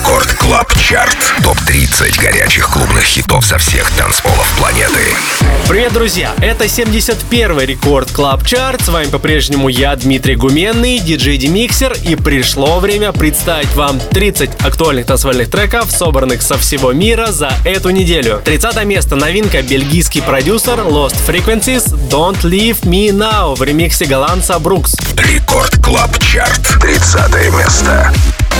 Рекорд Клаб Чарт. Топ-30 горячих клубных хитов со всех танцполов планеты. Привет, друзья! Это 71-й Рекорд Клаб Чарт. С вами по-прежнему я, Дмитрий Гуменный, диджей Демиксер. И пришло время представить вам 30 актуальных танцевальных треков, собранных со всего мира за эту неделю. 30 место. Новинка. Бельгийский продюсер Lost Frequencies Don't Leave Me Now в ремиксе голландца Брукс. Рекорд Клаб Чарт. 30 место.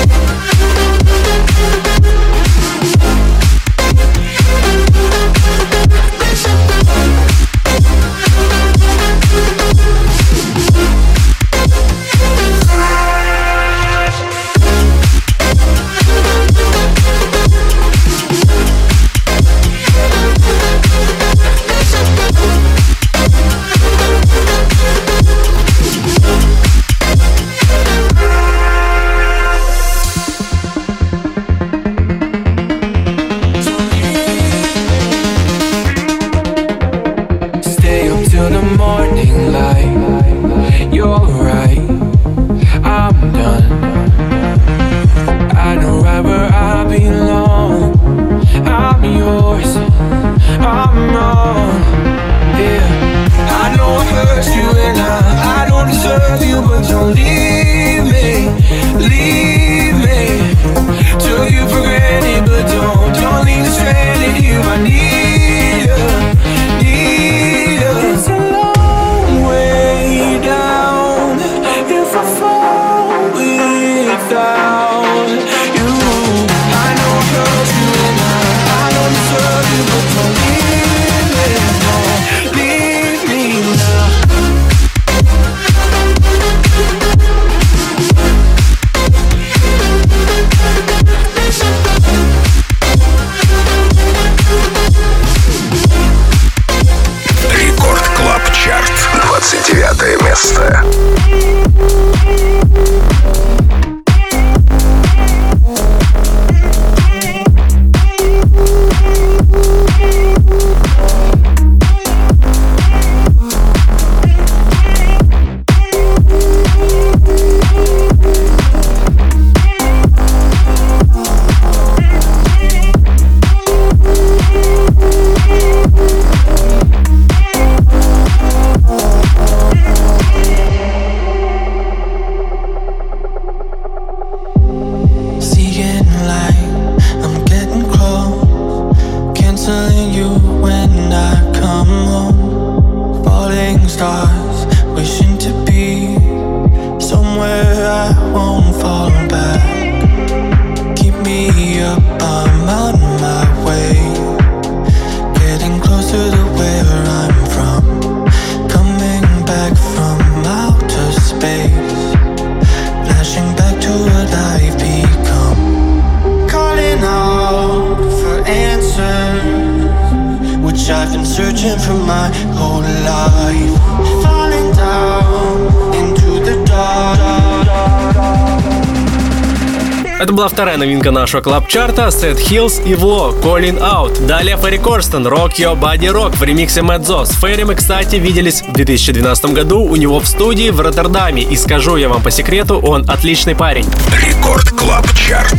Это была вторая новинка нашего клаб-чарта Seth Hills и Vlo Calling Out. Далее Ферри Корстен Rock Your Body Rock в ремиксе Медзо. С Ферри мы, кстати, виделись в 2012 году у него в студии в Роттердаме. И скажу я вам по секрету, он отличный парень. Рекорд Клаб Чарт.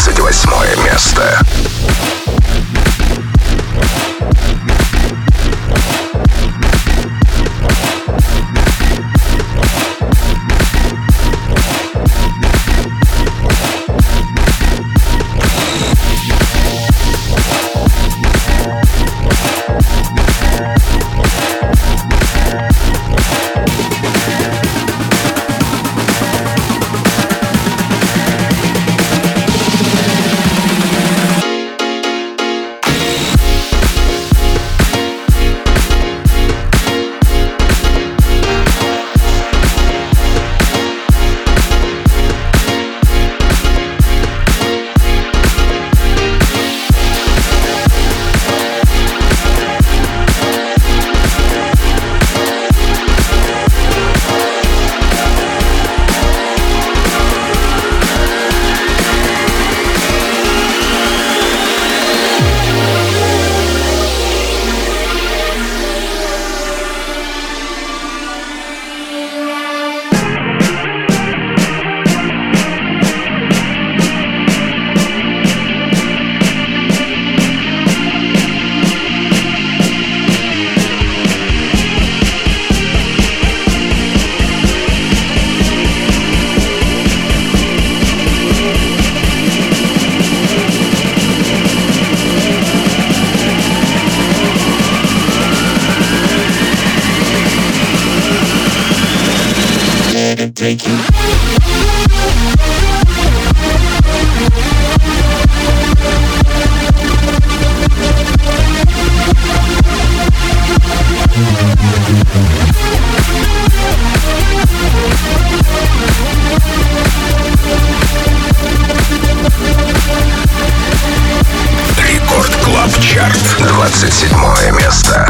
28 место. Рекорд Клаб Чарт, 27 место.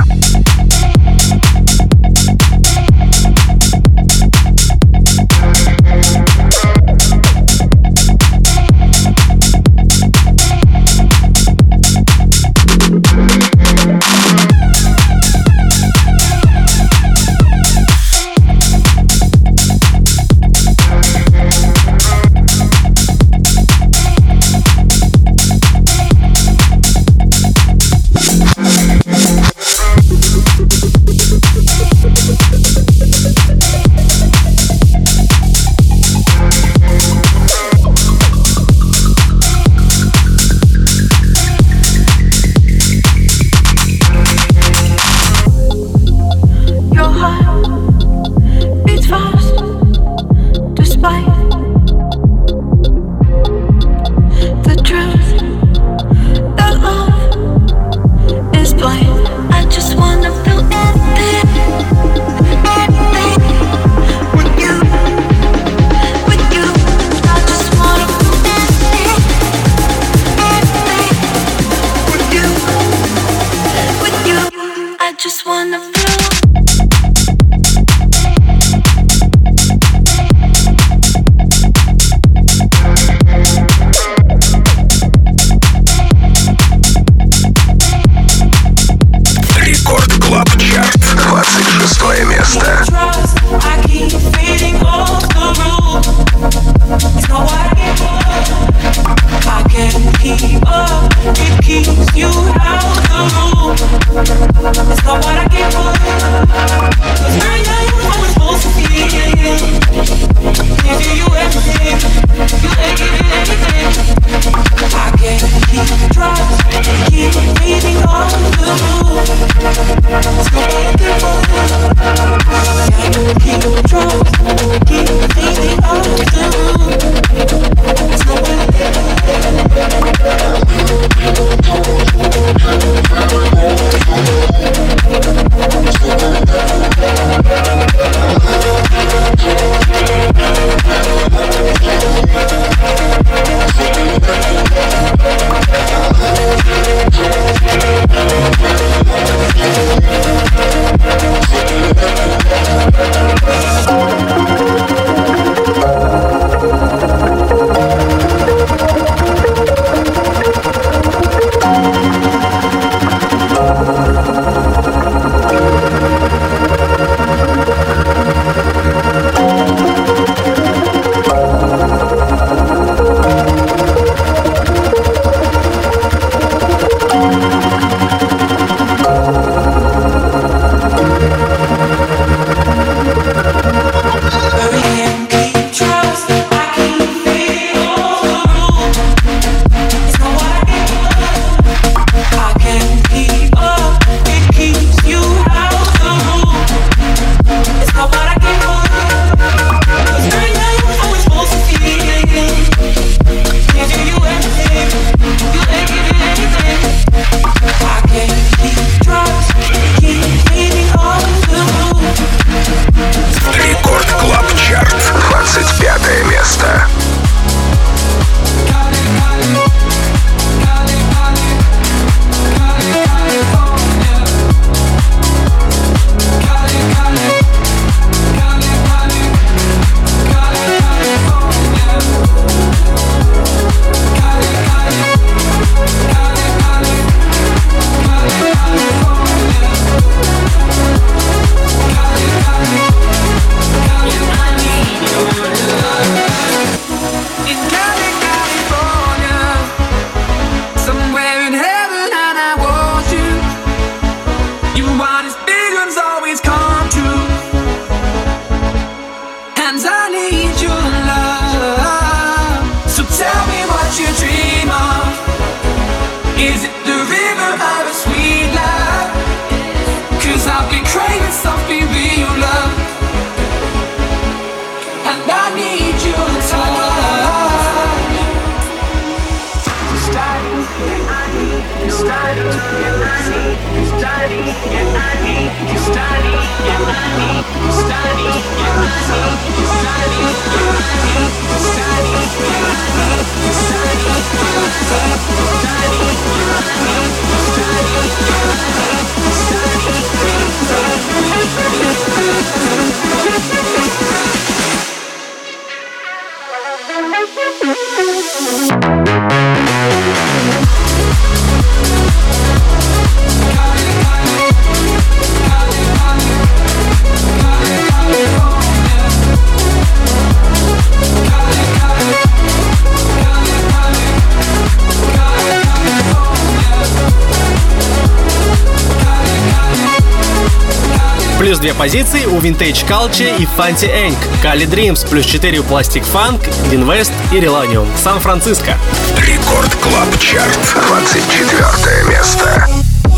Плюс 2 позиции у Vintage Culture и Fancy Enk. Kali Dreams плюс 4 у Plastic Funk, Invest и Relanium. Сан-Франциско. Рекорд Клаб Чарт, 24 место.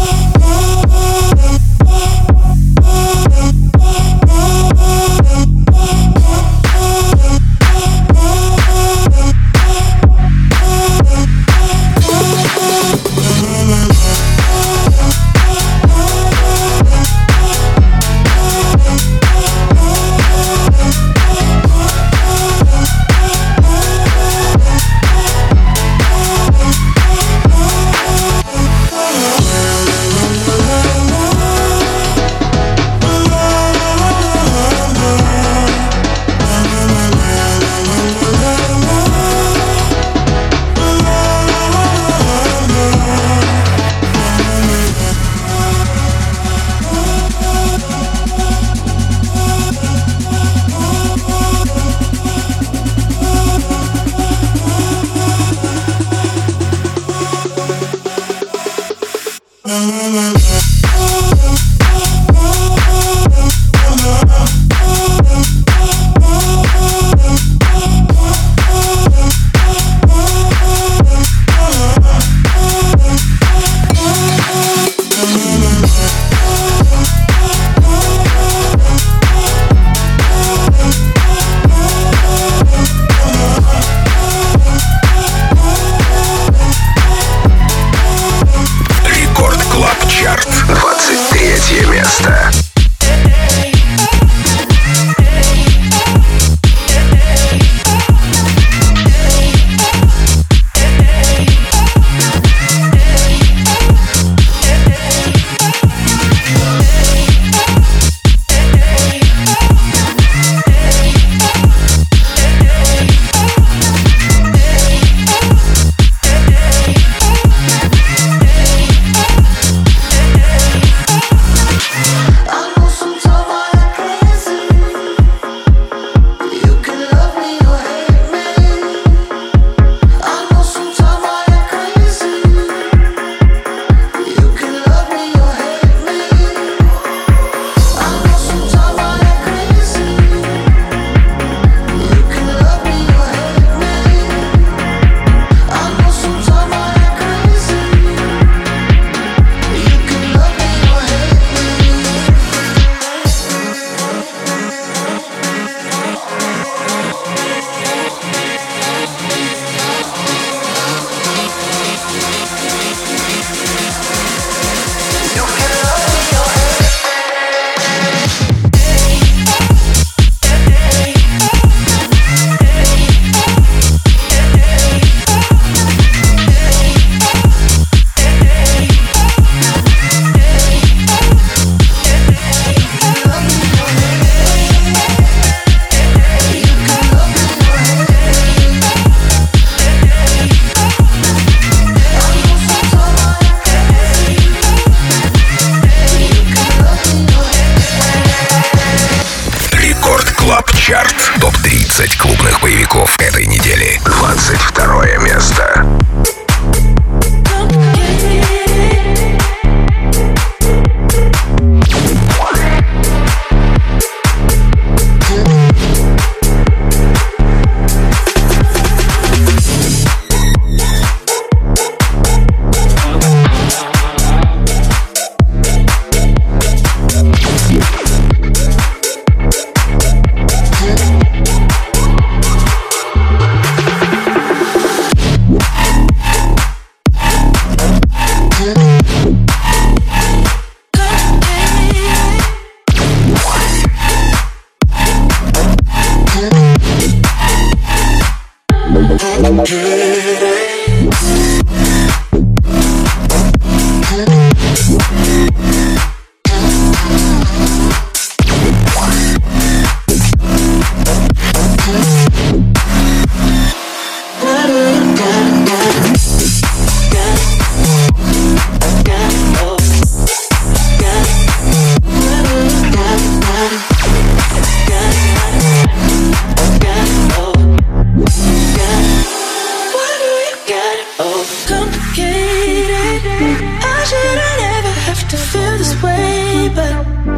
Топ-30 клубных боевиков этой недели. 22 место. Complicated. I should've never have to feel this way, but every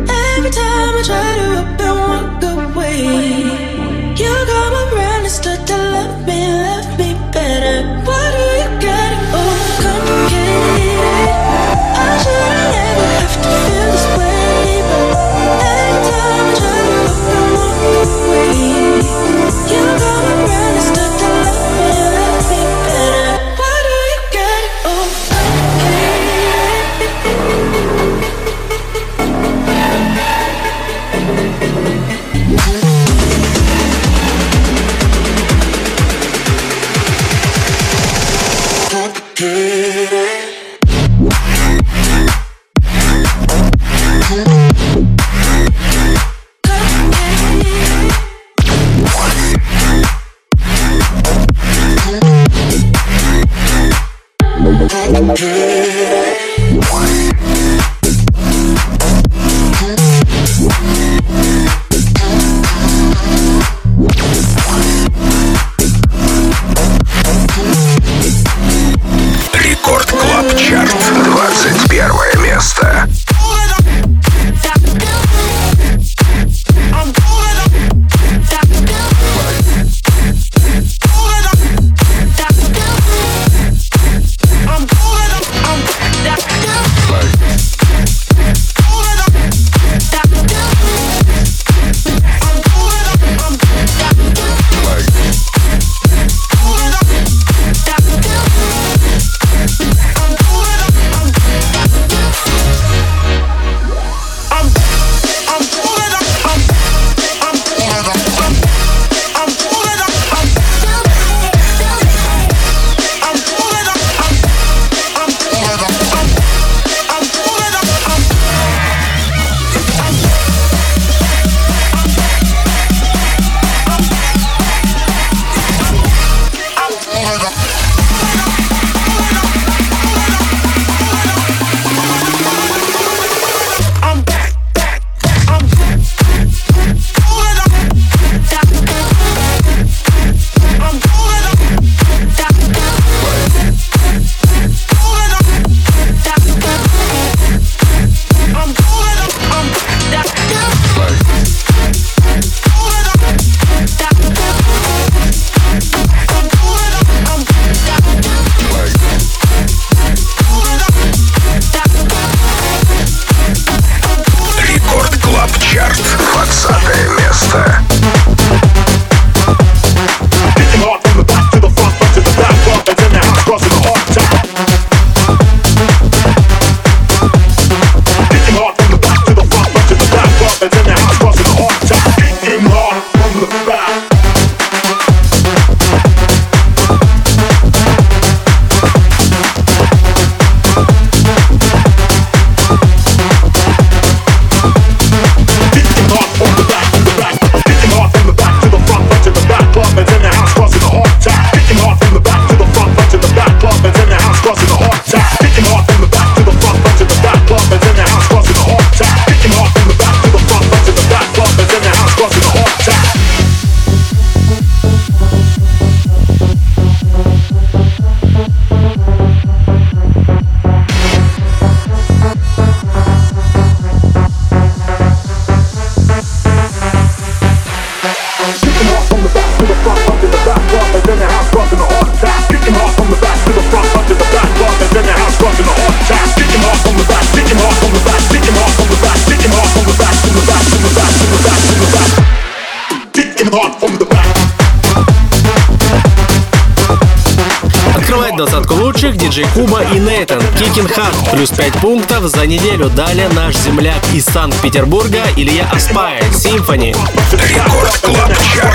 Открывает двадцатку лучших диджей Куба и Нейтан. Kicking Hard плюс 5 пунктов за неделю. Далее наш земляк из Санкт-Петербурга Илья Аспайр, Symphony. Рекорд Клаб Чарт,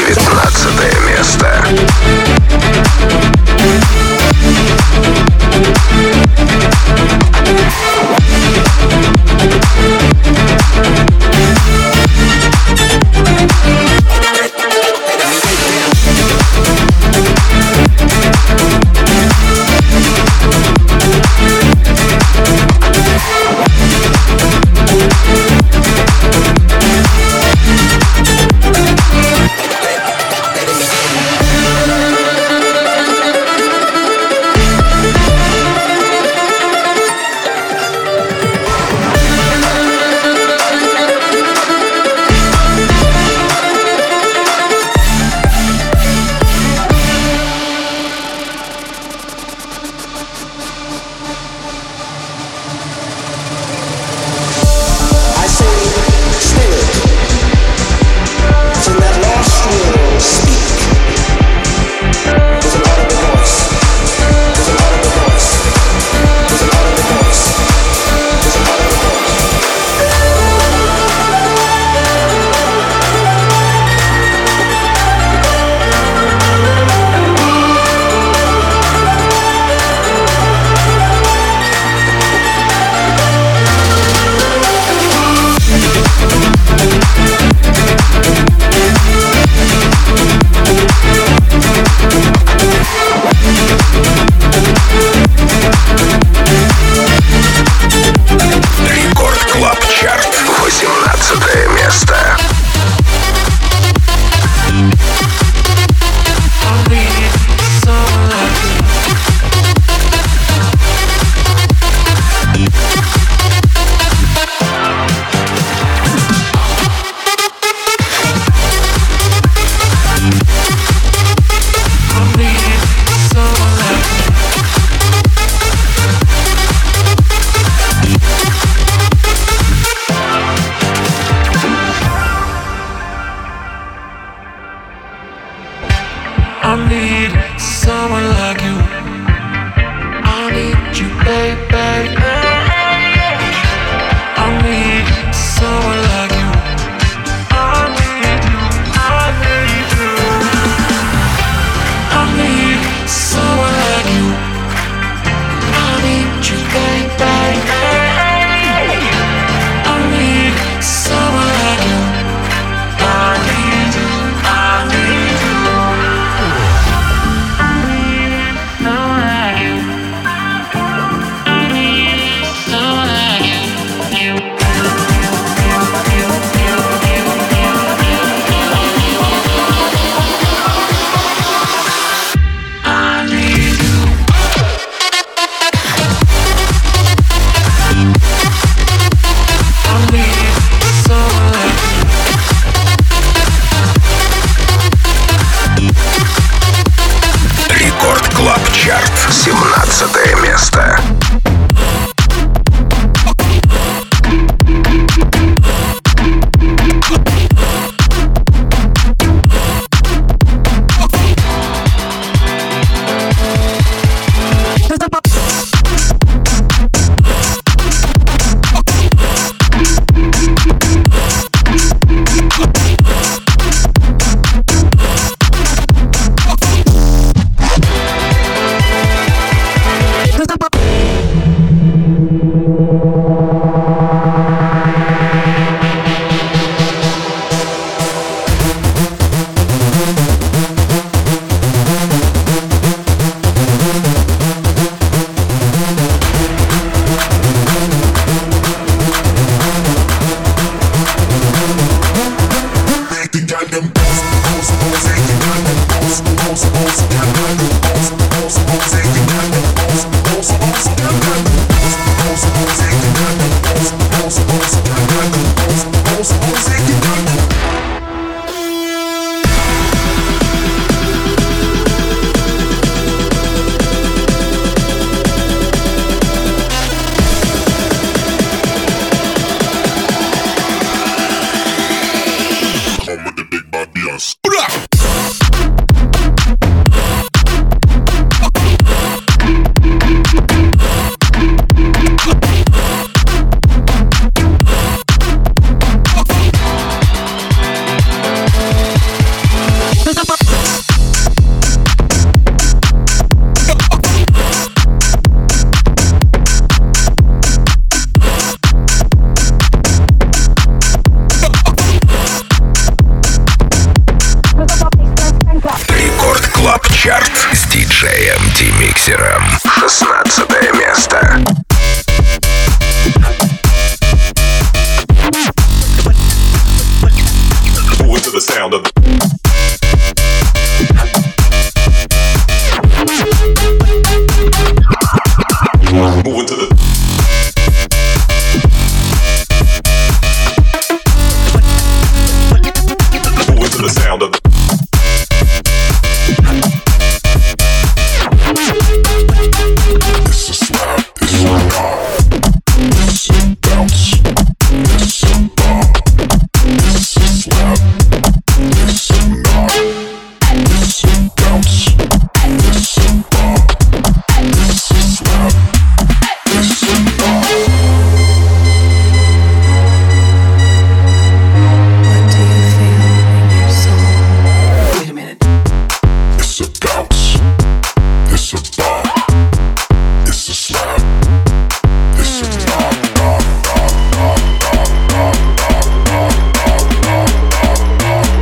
19 место. baby. I need someone like you. I need you. I need you. I need someone like you. I need you, baby. I need someone like you. I need you. I need you. I need someone like you. I need someone like you. Рекорд Клаб Чарт, 17 место. Чарт с диджеем D-Mixer. 16 место. Move to the sound of Move to the Move to the sound of This is slap, this is rock, this is bounce, this is bomb, this is slap, this is knock, this is bounce, this is bomb, this is slap, this is knock. What do you feel in your soul? Wait a minute. It's a bounce, it's a bomb, it's a slap, it's a knock, knock, knock, knock, knock, knock, knock, knock, knock, knock, knock,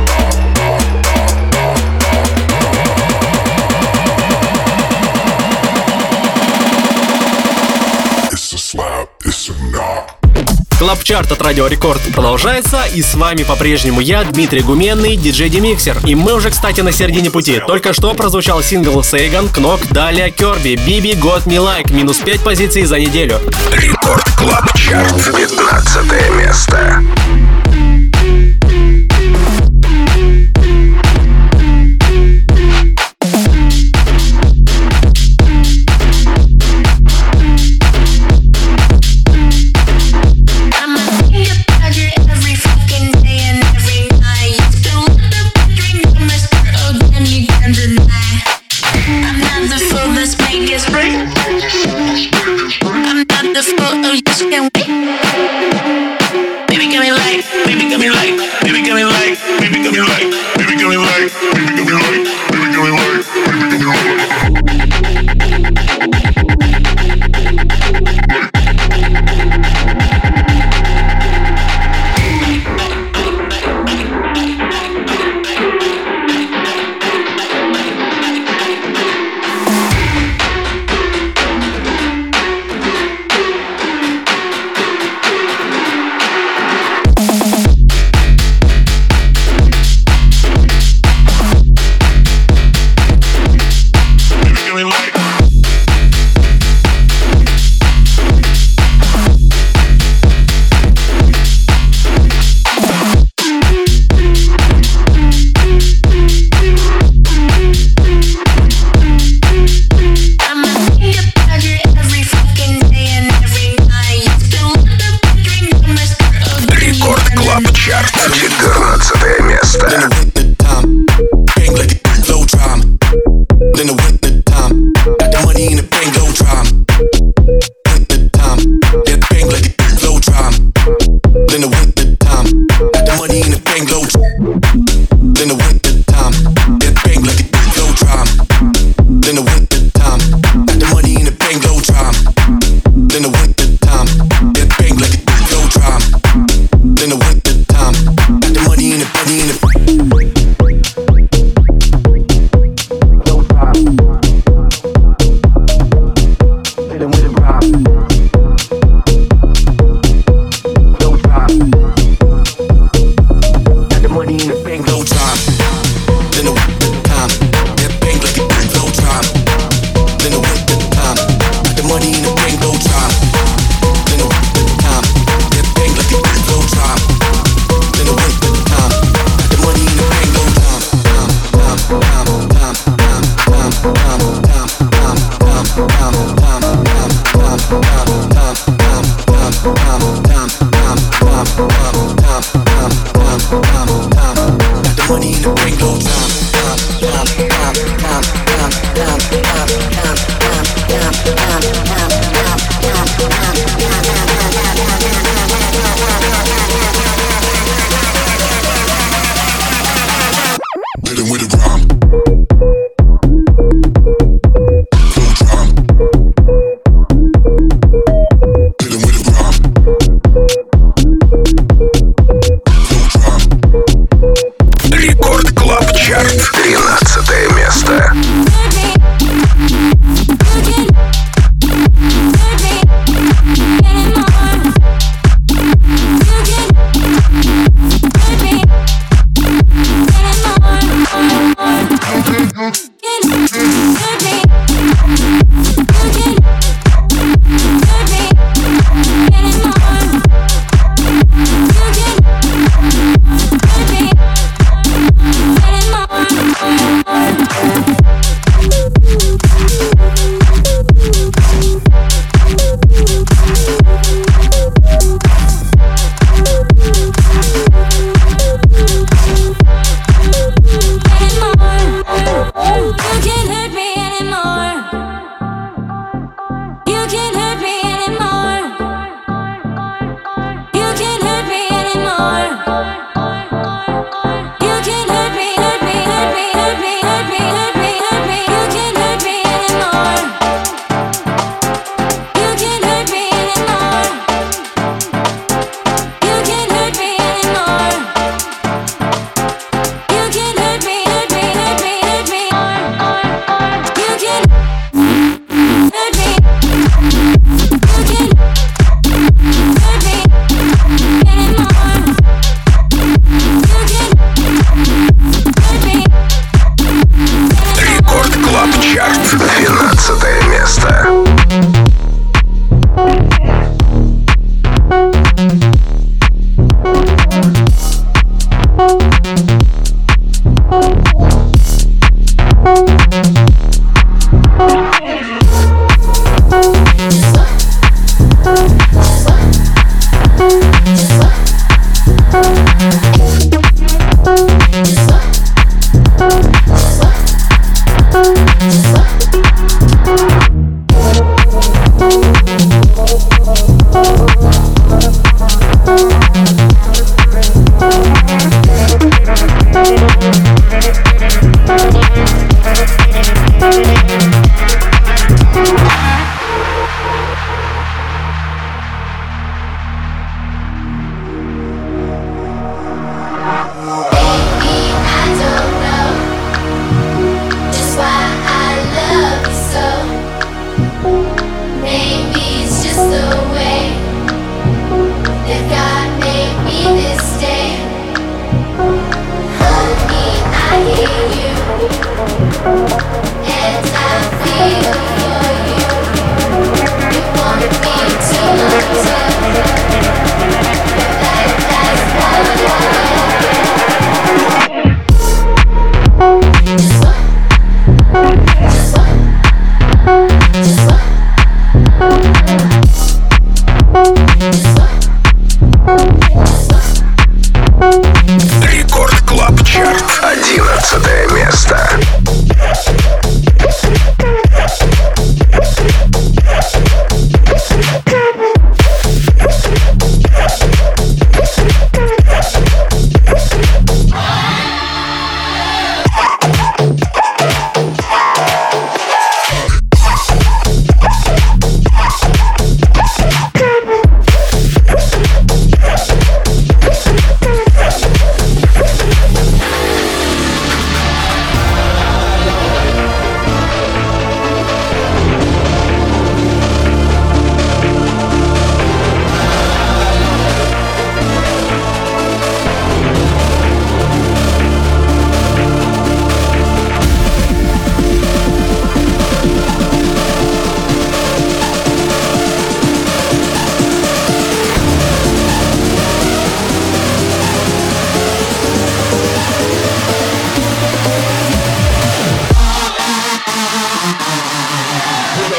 knock. It's a slap, it's a knock. Клабчарт от Радио Рекорд продолжается, и с вами по-прежнему я, Дмитрий Гуменный, диджей D-Mixer. И мы уже, кстати, на середине пути. Только что прозвучал сингл Сейган, Кнок, далее Kirby, Биби, Got Me Like, минус 5 позиций за неделю. Рекорд Клаб Чарт, 15 место. I'm not the fool that's making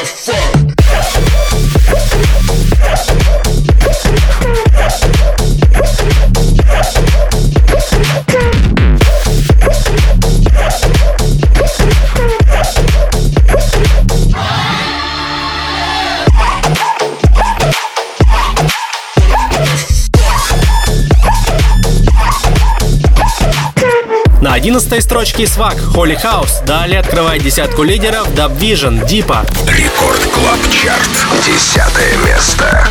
На 11-й строчке Свак Holy House. Далее открывает десятку лидеров Dub Vision Deepa. Рекорд Клаб Чарт. 10 место.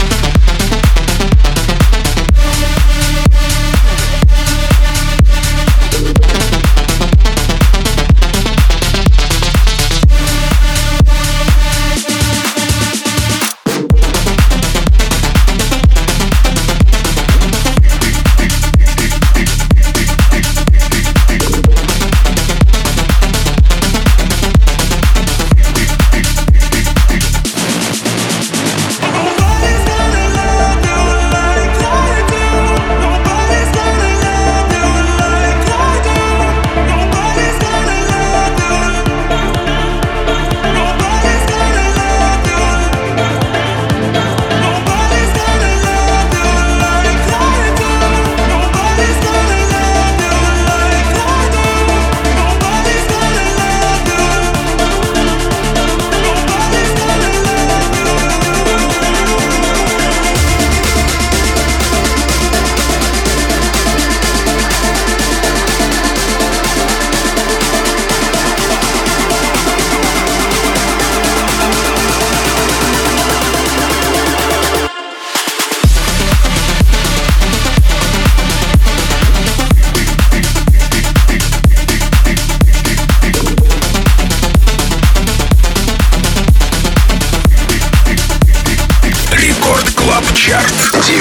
Чарт.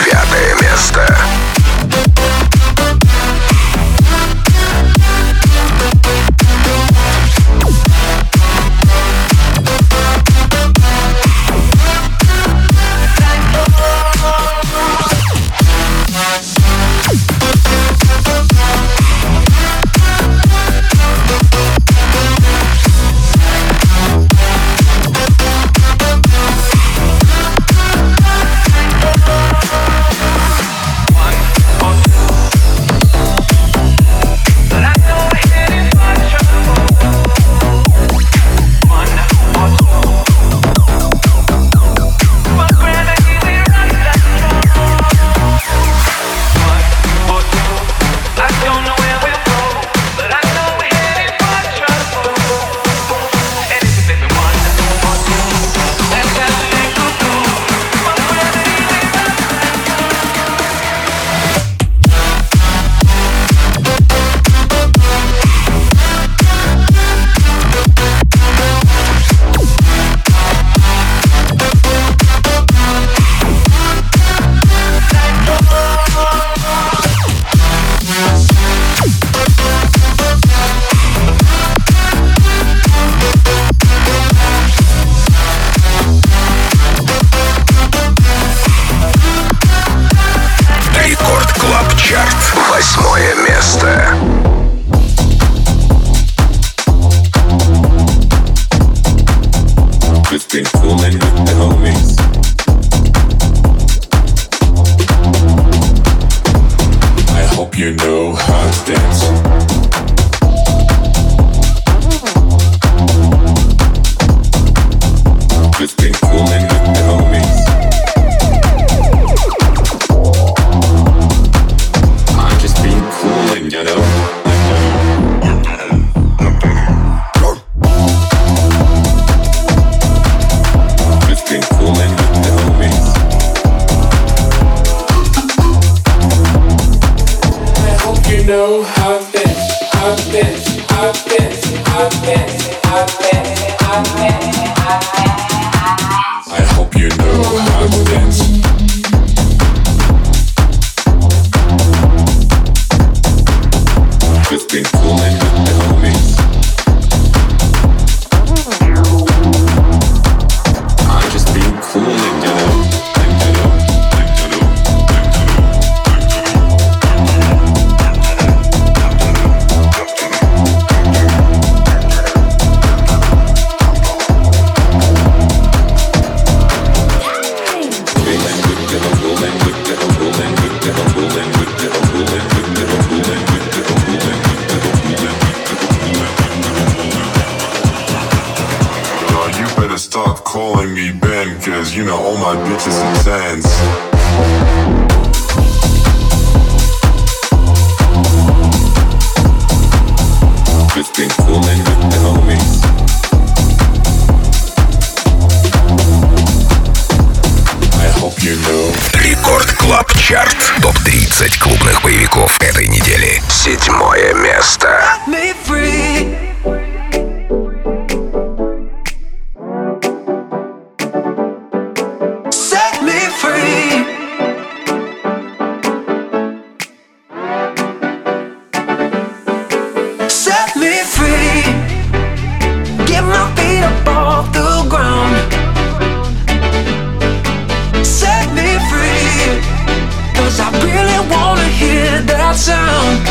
9 место. Know how to calling me Ben, cause you know all my bitches are tens. Just been fooling with the homies. I hope you know. Рекорд Клаб Чарт. Топ-30 клубных боевиков этой недели. 7 место. Me free. Set me free. Set me free. Get my feet up off the ground. Set me free. 'Cause I really wanna hear that sound.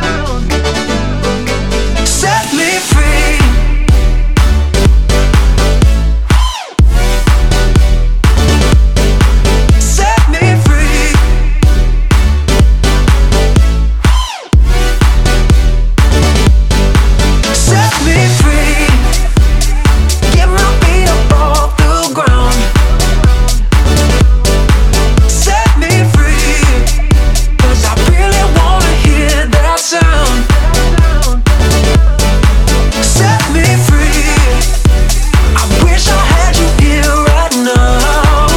Set me free. Set me free. Set me free. Get my feet up off the ground. Set me free. 'Cause I really wanna hear that sound. Set me free. I wish I had you here right now.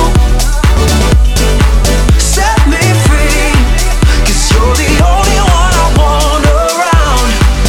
Set me free. 'Cause you're the only one I want around.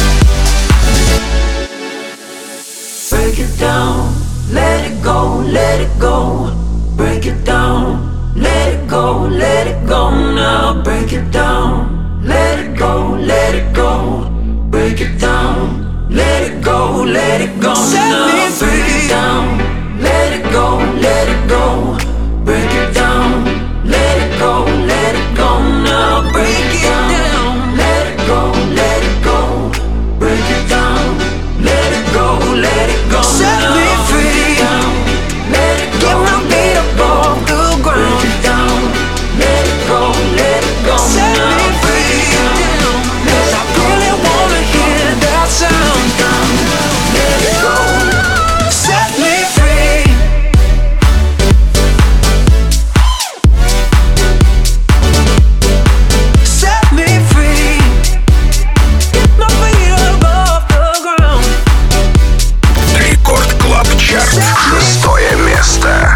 Break it down, let it go, let it go. Break it down, let it go now. Break it down, let it go, let it go. Break it down, let it go, let it go now. Set me free. Break it down, let it go, let it go. Break it down, let it go, let it go now. Break it down, let it go, let it go. Break it down, let it go, let it go. Set me free. Let it go. Get my feet up off the ground. Break it down, let it go, let it go. Set me free. 'Cause I really wanna hear that sound. Let it go. Set me free. Set me free. Get my feet up off the ground. Рекорд Клаб Чарт. 6 место.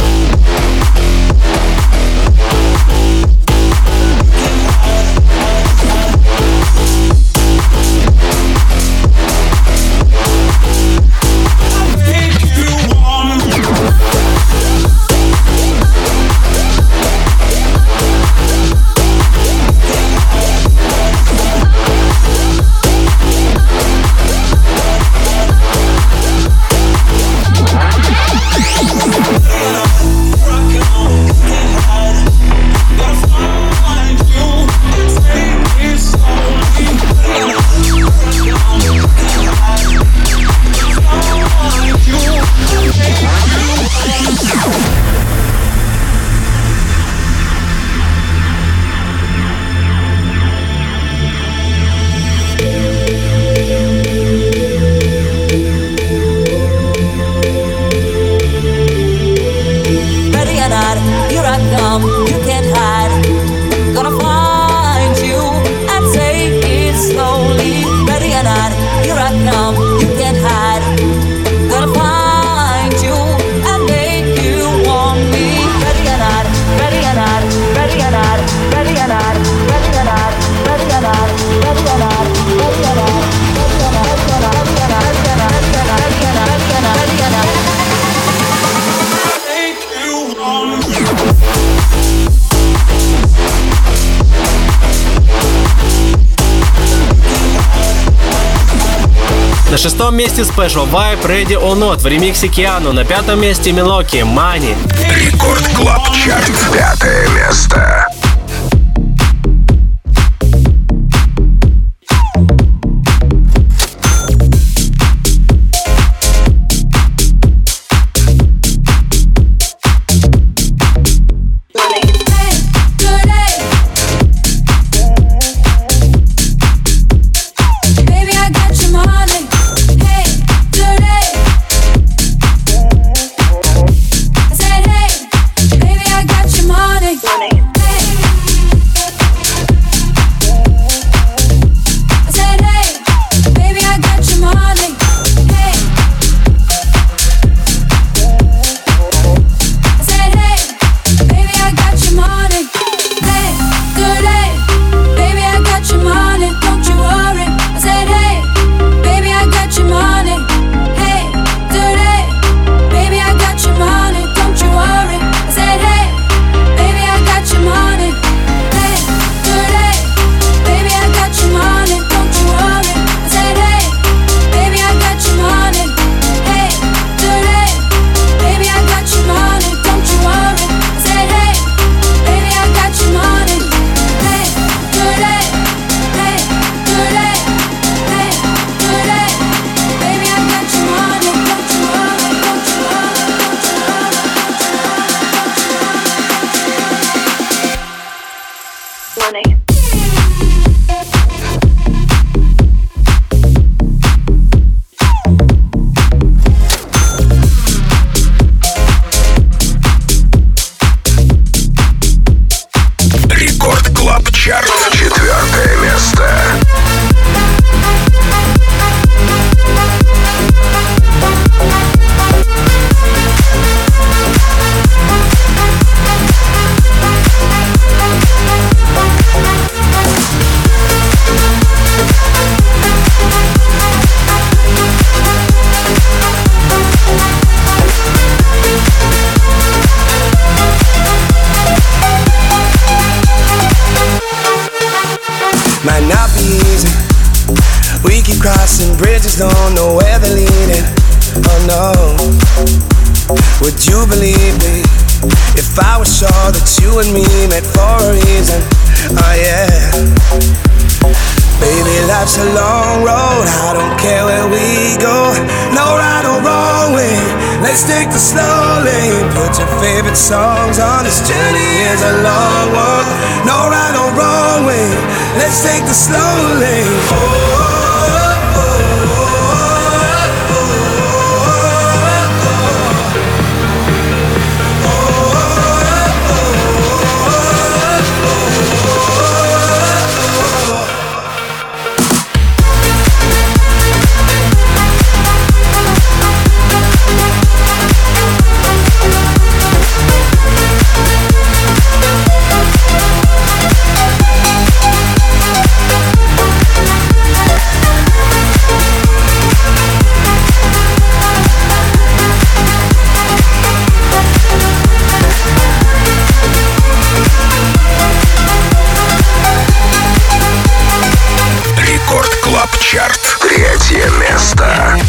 Ready or not, here I come, you can't hide. Gonna find you and take it slowly. Ready or not, here I come, you can't hide. Gonna find you and make you want me. Ready or not, ready or not, ready or not, ready or not, ready or not, ready or not, ready or not, ready or not, ready or not. На 6 месте Special Vibe Ready or Not в ремиксе Киану. На 5 месте Мелоки Money. Рекорд Клаб Чарт. 5 место. Would you believe me if I was sure that you and me met for a reason? Oh yeah. Baby, life's a long road, I don't care where we go. No right or wrong way, let's take the slow lane. Put your favorite songs on, this journey is a long one. No right or wrong way, let's take the slow lane. Oh, oh, oh, oh, Чарт. Третье место.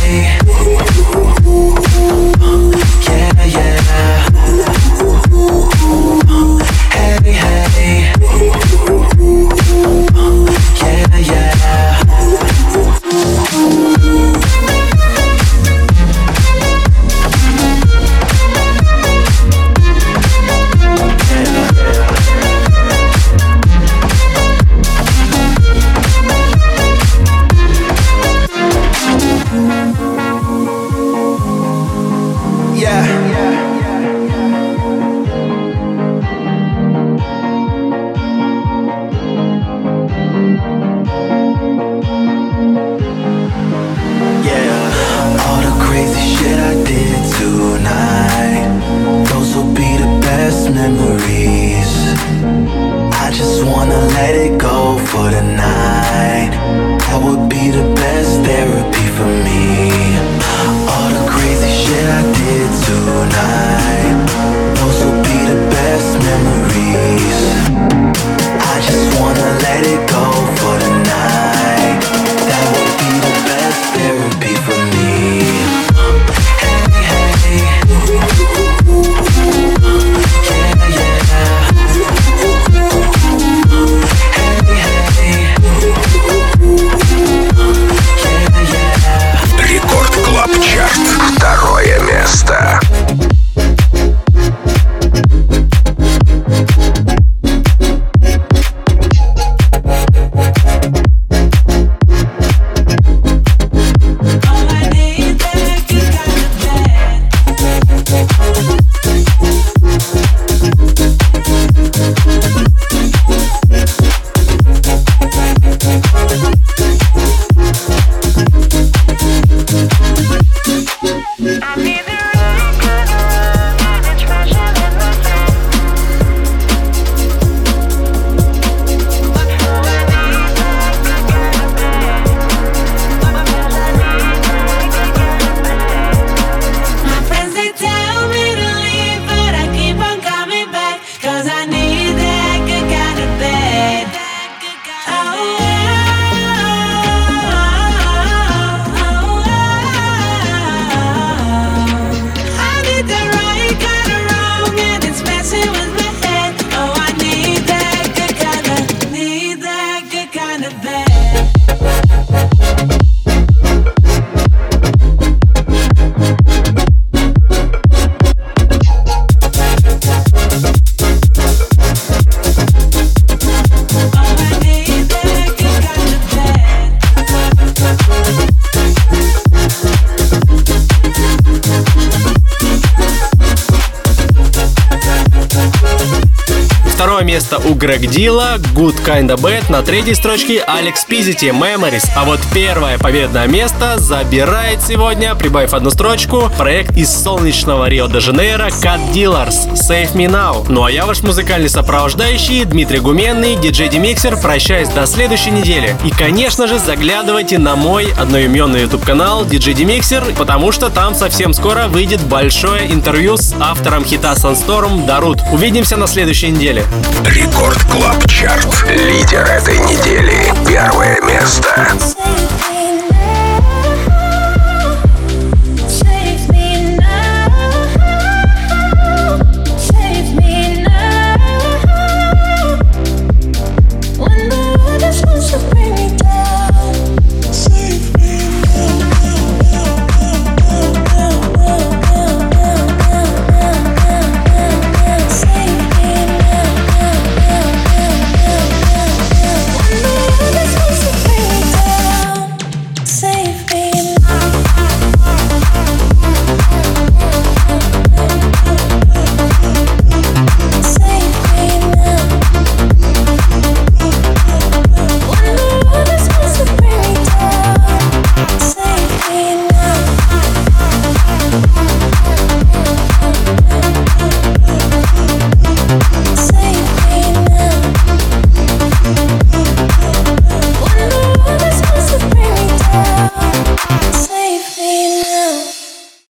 Второе место у Грег Дила, Good Kinda Bad, на третьей строчке Алекс Пизити, Memories. А вот первое победное место забирает сегодня, прибавив одну строчку, проект из солнечного Рио-де-Жанейро Cut Dealers, Save Me Now. Ну а я ваш музыкальный сопровождающий Дмитрий Гуменный, диджей Демиксер, прощаюсь до следующей недели. И конечно же заглядывайте на мой одноименный YouTube-канал диджей Демиксер, потому что там совсем скоро выйдет большое интервью с автором хита Sunstorm Дарут. Увидимся на следующей неделе. Рекорд Клаб Чарт. Лидер этой недели. Первое место.